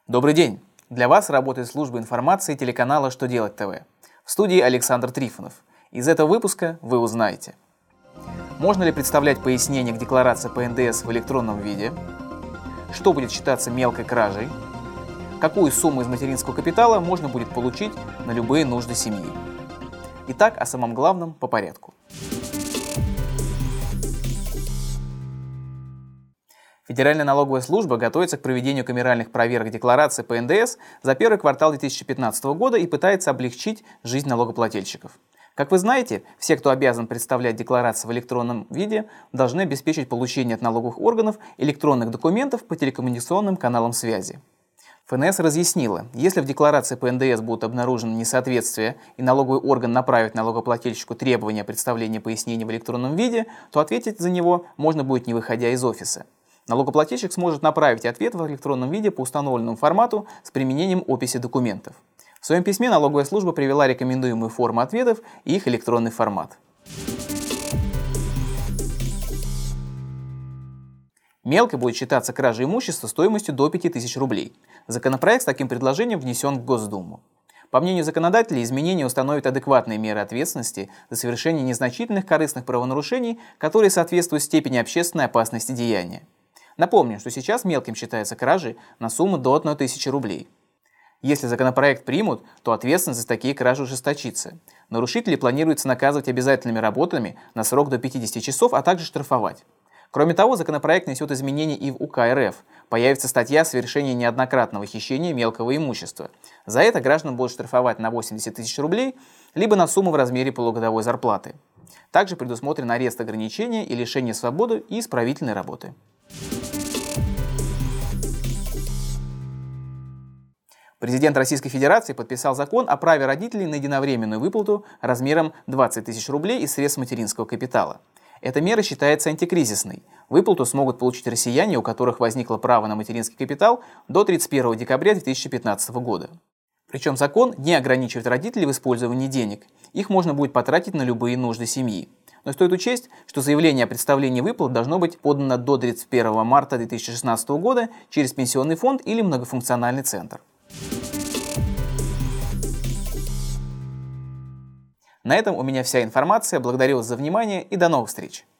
Добрый день! Для вас работает служба информации телеканала «Что делать ТВ». В студии Александр Трифонов. Из этого выпуска вы узнаете: можно ли представлять пояснение к декларации по НДС в электронном виде, что будет считаться мелкой кражей, какую сумму из материнского капитала можно будет получить на любые нужды семьи. Итак, о самом главном по порядку. Федеральная налоговая служба готовится к проведению камеральных проверок декларации по НДС за первый квартал 2015 года и пытается облегчить жизнь налогоплательщиков. Как вы знаете, все, кто обязан представлять декларации в электронном виде, должны обеспечить получение от налоговых органов электронных документов по телекоммуникационным каналам связи. ФНС разъяснила, если в декларации по НДС будут обнаружены несоответствия и налоговый орган направит налогоплательщику требования о представлении пояснений в электронном виде, то ответить за него можно будет, не выходя из офиса. Налогоплательщик сможет направить ответ в электронном виде по установленному формату с применением описи документов. В своем письме налоговая служба привела рекомендуемые формы ответов и их электронный формат. Мелкой будет считаться кража имущества стоимостью до 5000 рублей. Законопроект с таким предложением внесен в Госдуму. По мнению законодателей, изменения установят адекватные меры ответственности за совершение незначительных корыстных правонарушений, которые соответствуют степени общественной опасности деяния. Напомним, что сейчас мелким считаются кражи на сумму до 1000 рублей. Если законопроект примут, то ответственность за такие кражи ужесточится. Нарушителей планируется наказывать обязательными работами на срок до 50 часов, а также штрафовать. Кроме того, законопроект несет изменения и в УК РФ. Появится статья о совершении неоднократного хищения мелкого имущества. За это граждан будут штрафовать на 80 тысяч рублей, либо на сумму в размере полугодовой зарплаты. Также предусмотрен арест, ограничения и лишение свободы и исправительной работы. Президент Российской Федерации подписал закон о праве родителей на единовременную выплату размером 20 тысяч рублей из средств материнского капитала. Эта мера считается антикризисной. Выплату смогут получить россияне, у которых возникло право на материнский капитал до 31 декабря 2015 года. Причем закон не ограничивает родителей в использовании денег. Их можно будет потратить на любые нужды семьи. Но стоит учесть, что заявление о представлении выплат должно быть подано до 31 марта 2016 года через пенсионный фонд или многофункциональный центр. На этом у меня вся информация. Благодарю вас за внимание и до новых встреч!